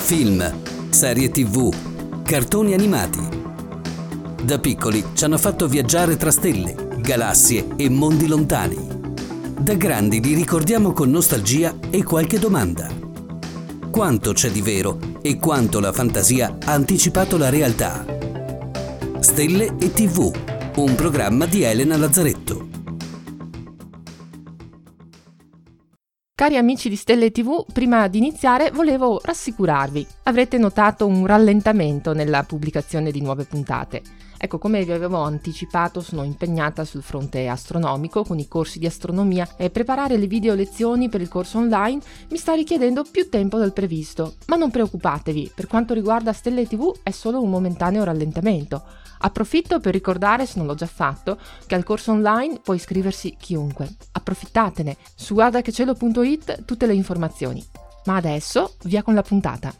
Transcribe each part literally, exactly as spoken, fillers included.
Film, serie tivù, cartoni animati. Da piccoli ci hanno fatto viaggiare tra stelle, galassie e mondi lontani. Da grandi li ricordiamo con nostalgia e qualche domanda. Quanto c'è di vero e quanto la fantasia ha anticipato la realtà? Stelle e tivù, un programma di Elena Lazzaretto. Cari amici di Stelle tivù, prima di iniziare volevo rassicurarvi. Avrete notato un rallentamento nella pubblicazione di nuove puntate. Ecco, come vi avevo anticipato, sono impegnata sul fronte astronomico con i corsi di astronomia e preparare le video lezioni per il corso online mi sta richiedendo più tempo del previsto. Ma non preoccupatevi, per quanto riguarda Stelle tivù è solo un momentaneo rallentamento. Approfitto per ricordare, se non l'ho già fatto, che al corso online può iscriversi chiunque. Approfittatene. Su guardachecielo punto it tutte le informazioni. Ma adesso via con la puntata.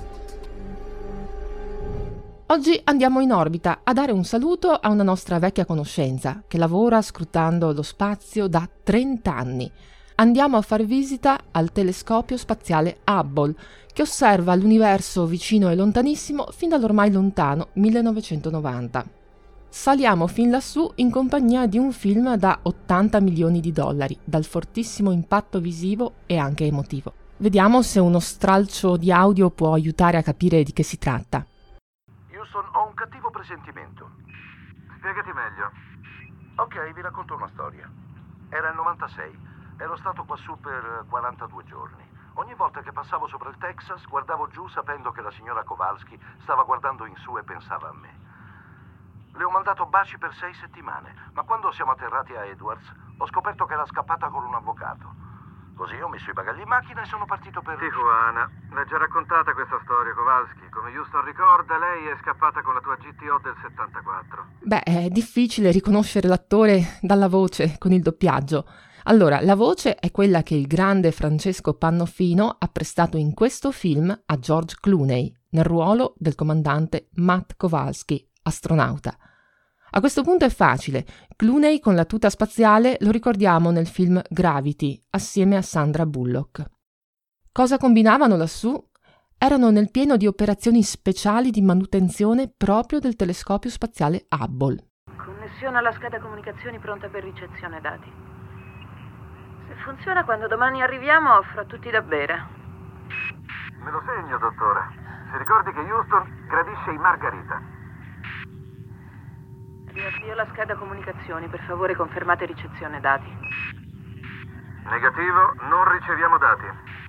Oggi andiamo in orbita a dare un saluto a una nostra vecchia conoscenza che lavora scrutando lo spazio da trenta anni. Andiamo a far visita al telescopio spaziale Hubble, che osserva l'universo vicino e lontanissimo fin dall'ormai lontano millenovecentonovanta. Saliamo fin lassù in compagnia di un film da ottanta milioni di dollari, dal fortissimo impatto visivo e anche emotivo. Vediamo se uno stralcio di audio può aiutare a capire di che si tratta. Houston, ho un cattivo presentimento. Spiegati meglio. Ok, vi racconto una storia. Era il novantasei. Ero stato quassù per quarantadue giorni. Ogni volta che passavo sopra il Texas, guardavo giù sapendo che la signora Kowalski stava guardando in su e pensava a me. Le ho mandato baci per sei settimane, ma quando siamo atterrati a Edwards, ho scoperto che era scappata con un avvocato. Così ho messo i bagagli in macchina e sono partito per... Tijuana. L'hai già raccontata questa storia, Kowalski. Come Houston ricorda, lei è scappata con la tua G T O del settantaquattro. Beh, è difficile riconoscere l'attore dalla voce con il doppiaggio. Allora, la voce è quella che il grande Francesco Pannofino ha prestato in questo film a George Clooney, nel ruolo del comandante Matt Kowalski, astronauta. A questo punto è facile. Clooney con la tuta spaziale lo ricordiamo nel film Gravity, assieme a Sandra Bullock. Cosa combinavano lassù? Erano nel pieno di operazioni speciali di manutenzione proprio del telescopio spaziale Hubble. Connessione alla scheda comunicazioni pronta per ricezione dati. Se funziona quando domani arriviamo, offro a tutti da bere. Me lo segno, dottore. Si ricordi che Houston gradisce i margarita. Riavvio la scheda comunicazioni, per favore confermate ricezione dati. Negativo, non riceviamo dati.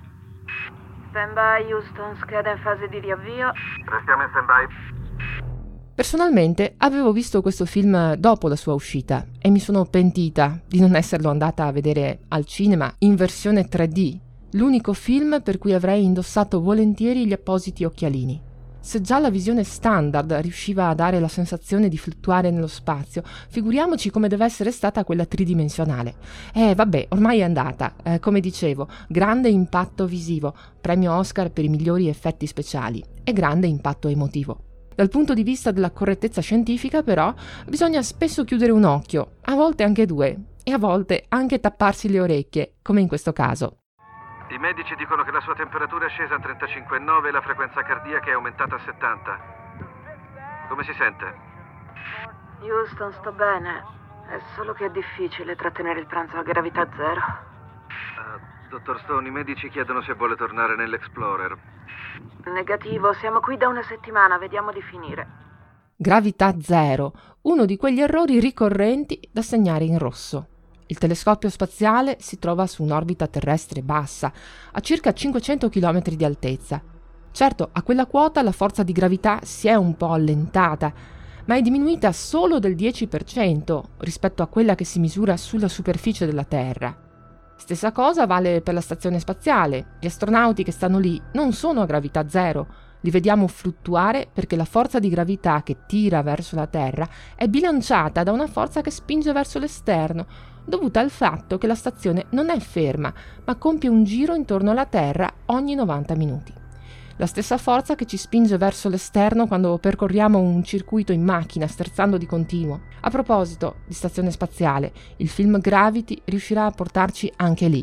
Stand by, Houston, scheda in fase di riavvio. Restiamo in stand by. Personalmente avevo visto questo film dopo la sua uscita e mi sono pentita di non esserlo andata a vedere al cinema in versione tre D, l'unico film per cui avrei indossato volentieri gli appositi occhialini. Se già la visione standard riusciva a dare la sensazione di fluttuare nello spazio, figuriamoci come deve essere stata quella tridimensionale. Eh, vabbè, ormai è andata. Eh, come dicevo, grande impatto visivo, premio Oscar per i migliori effetti speciali e grande impatto emotivo. Dal punto di vista della correttezza scientifica, però, bisogna spesso chiudere un occhio, a volte anche due, e a volte anche tapparsi le orecchie, come in questo caso. I medici dicono che la sua temperatura è scesa a trentacinque virgola nove e la frequenza cardiaca è aumentata a settanta. Come si sente? Houston, sto bene. È solo che è difficile trattenere il pranzo a gravità zero. Uh, dottor Stone, i medici chiedono se vuole tornare nell'Explorer. Negativo, siamo qui da una settimana, vediamo di finire. Gravità zero, uno di quegli errori ricorrenti da segnare in rosso. Il telescopio spaziale si trova su un'orbita terrestre bassa, a circa cinquecento chilometri di altezza. Certo, a quella quota la forza di gravità si è un po' allentata, ma è diminuita solo del dieci per cento rispetto a quella che si misura sulla superficie della Terra. Stessa cosa vale per la stazione spaziale. Gli astronauti che stanno lì non sono a gravità zero, li vediamo fluttuare perché la forza di gravità che tira verso la Terra è bilanciata da una forza che spinge verso l'esterno, dovuta al fatto che la stazione non è ferma, ma compie un giro intorno alla Terra ogni novanta minuti. La stessa forza che ci spinge verso l'esterno quando percorriamo un circuito in macchina sterzando di continuo. A proposito di stazione spaziale, il film Gravity riuscirà a portarci anche lì.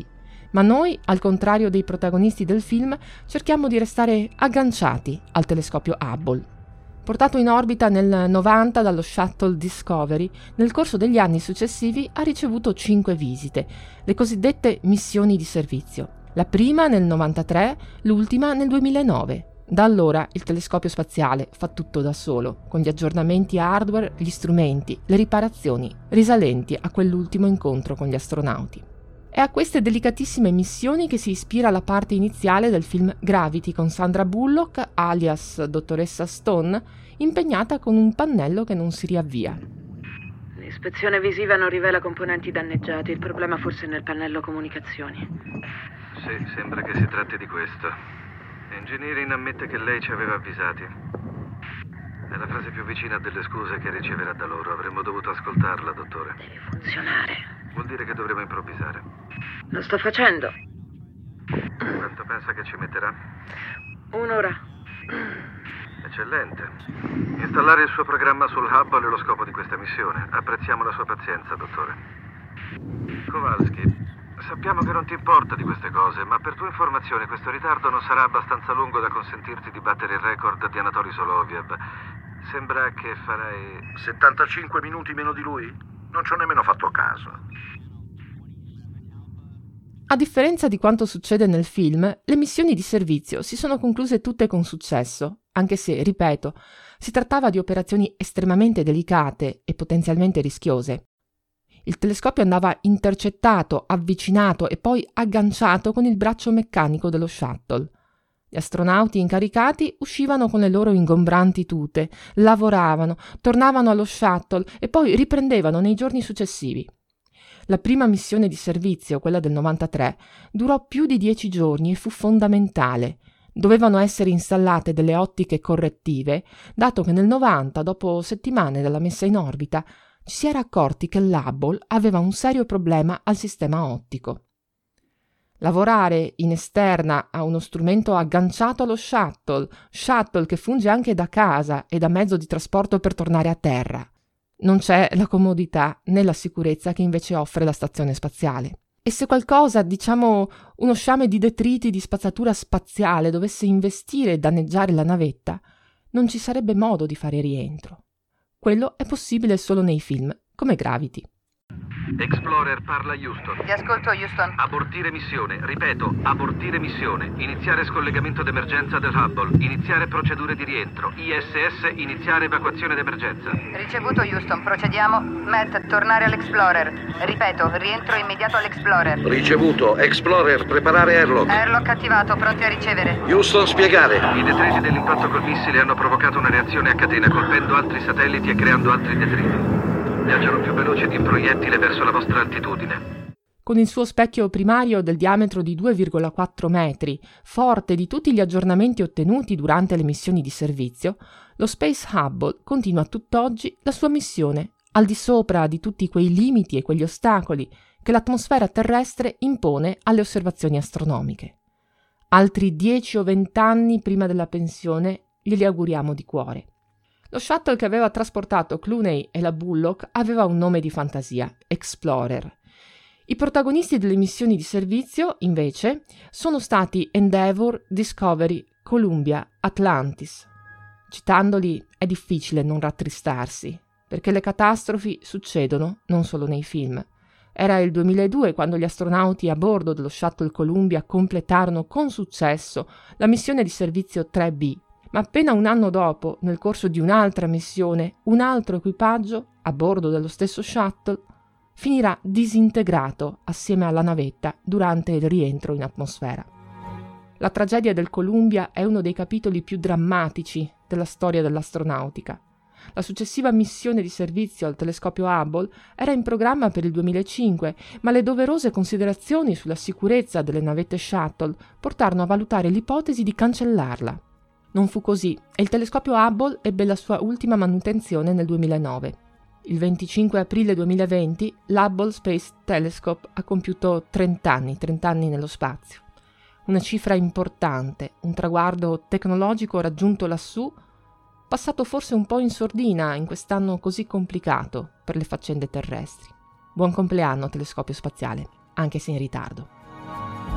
Ma noi, al contrario dei protagonisti del film, cerchiamo di restare agganciati al telescopio Hubble. Portato in orbita nel novanta dallo Shuttle Discovery, nel corso degli anni successivi ha ricevuto cinque visite, le cosiddette missioni di servizio. La prima nel novantatré, l'ultima nel duemilanove. Da allora il telescopio spaziale fa tutto da solo, con gli aggiornamenti hardware, gli strumenti, le riparazioni, risalenti a quell'ultimo incontro con gli astronauti. È a queste delicatissime missioni che si ispira la parte iniziale del film Gravity con Sandra Bullock, alias dottoressa Stone, impegnata con un pannello che non si riavvia. L'ispezione visiva non rivela componenti danneggiati, il problema forse è nel pannello comunicazioni. Sì, sembra che si tratti di questo. Engineering ammette che lei ci aveva avvisati. È la frase più vicina a delle scuse che riceverà da loro. Avremmo dovuto ascoltarla, dottore. Deve funzionare. Vuol dire che dovremo improvvisare. Lo sto facendo. Quanto pensa che ci metterà? Un'ora. Eccellente. Installare il suo programma sul Hubble è lo scopo di questa missione. Apprezziamo la sua pazienza, dottore. Kowalski, sappiamo che non ti importa di queste cose, ma per tua informazione questo ritardo non sarà abbastanza lungo da consentirti di battere il record di Anatoly Soloviev. Sembra che farai... settantacinque minuti meno di lui? Non ci ho nemmeno fatto caso. A differenza di quanto succede nel film, le missioni di servizio si sono concluse tutte con successo, anche se, ripeto, si trattava di operazioni estremamente delicate e potenzialmente rischiose. Il telescopio andava intercettato, avvicinato e poi agganciato con il braccio meccanico dello shuttle. Gli astronauti incaricati uscivano con le loro ingombranti tute, lavoravano, tornavano allo shuttle e poi riprendevano nei giorni successivi. La prima missione di servizio, quella del novantatré, durò più di dieci giorni e fu fondamentale. Dovevano essere installate delle ottiche correttive, dato che nel novanta, dopo settimane dalla messa in orbita, ci si era accorti che l'Hubble aveva un serio problema al sistema ottico. Lavorare in esterna a uno strumento agganciato allo shuttle, shuttle che funge anche da casa e da mezzo di trasporto per tornare a terra. Non c'è la comodità né la sicurezza che invece offre la stazione spaziale. E se qualcosa, diciamo uno sciame di detriti di spazzatura spaziale, dovesse investire e danneggiare la navetta, non ci sarebbe modo di fare rientro. Quello è possibile solo nei film, come Gravity. Explorer parla Houston. Ti ascolto, Houston. Abortire missione, ripeto, abortire missione. Iniziare scollegamento d'emergenza del Hubble. Iniziare procedure di rientro. I S S, iniziare evacuazione d'emergenza. Ricevuto, Houston, procediamo. Matt, tornare all'Explorer. Ripeto, rientro immediato all'Explorer. Ricevuto. Explorer, preparare airlock. Airlock attivato, pronti a ricevere. Houston, spiegare. I detriti dell'impatto col missile hanno provocato una reazione a catena, colpendo altri satelliti e creando altri detriti. Viaggiano più veloci di un proiettile verso la vostra altitudine. Con il suo specchio primario del diametro di due virgola quattro metri, forte di tutti gli aggiornamenti ottenuti durante le missioni di servizio, lo Space Hubble continua tutt'oggi la sua missione, al di sopra di tutti quei limiti e quegli ostacoli che l'atmosfera terrestre impone alle osservazioni astronomiche. Altri dieci o vent'anni prima della pensione glieli auguriamo di cuore. Lo shuttle che aveva trasportato Clooney e la Bullock aveva un nome di fantasia, Explorer. I protagonisti delle missioni di servizio, invece, sono stati Endeavour, Discovery, Columbia, Atlantis. Citandoli è difficile non rattristarsi, perché le catastrofi succedono non solo nei film. Era il duemiladue quando gli astronauti a bordo dello shuttle Columbia completarono con successo la missione di servizio tre B, ma appena un anno dopo, nel corso di un'altra missione, un altro equipaggio, a bordo dello stesso shuttle, finirà disintegrato assieme alla navetta durante il rientro in atmosfera. La tragedia del Columbia è uno dei capitoli più drammatici della storia dell'astronautica. La successiva missione di servizio al telescopio Hubble era in programma per il duemilacinque, ma le doverose considerazioni sulla sicurezza delle navette shuttle portarono a valutare l'ipotesi di cancellarla. Non fu così e il telescopio Hubble ebbe la sua ultima manutenzione nel duemilanove. Il venticinque aprile duemilaventi l'Hubble Space Telescope ha compiuto trenta anni, trenta anni nello spazio. Una cifra importante, un traguardo tecnologico raggiunto lassù, passato forse un po' in sordina in quest'anno così complicato per le faccende terrestri. Buon compleanno, telescopio spaziale, anche se in ritardo.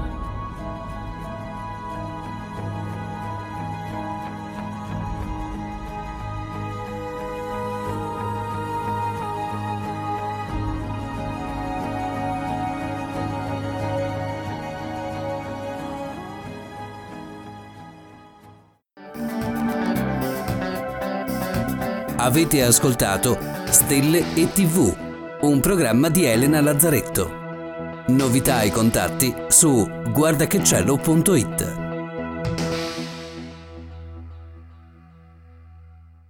Avete ascoltato Stelle e tivù, un programma di Elena Lazzaretto. Novità e contatti su guardachecielo punto it.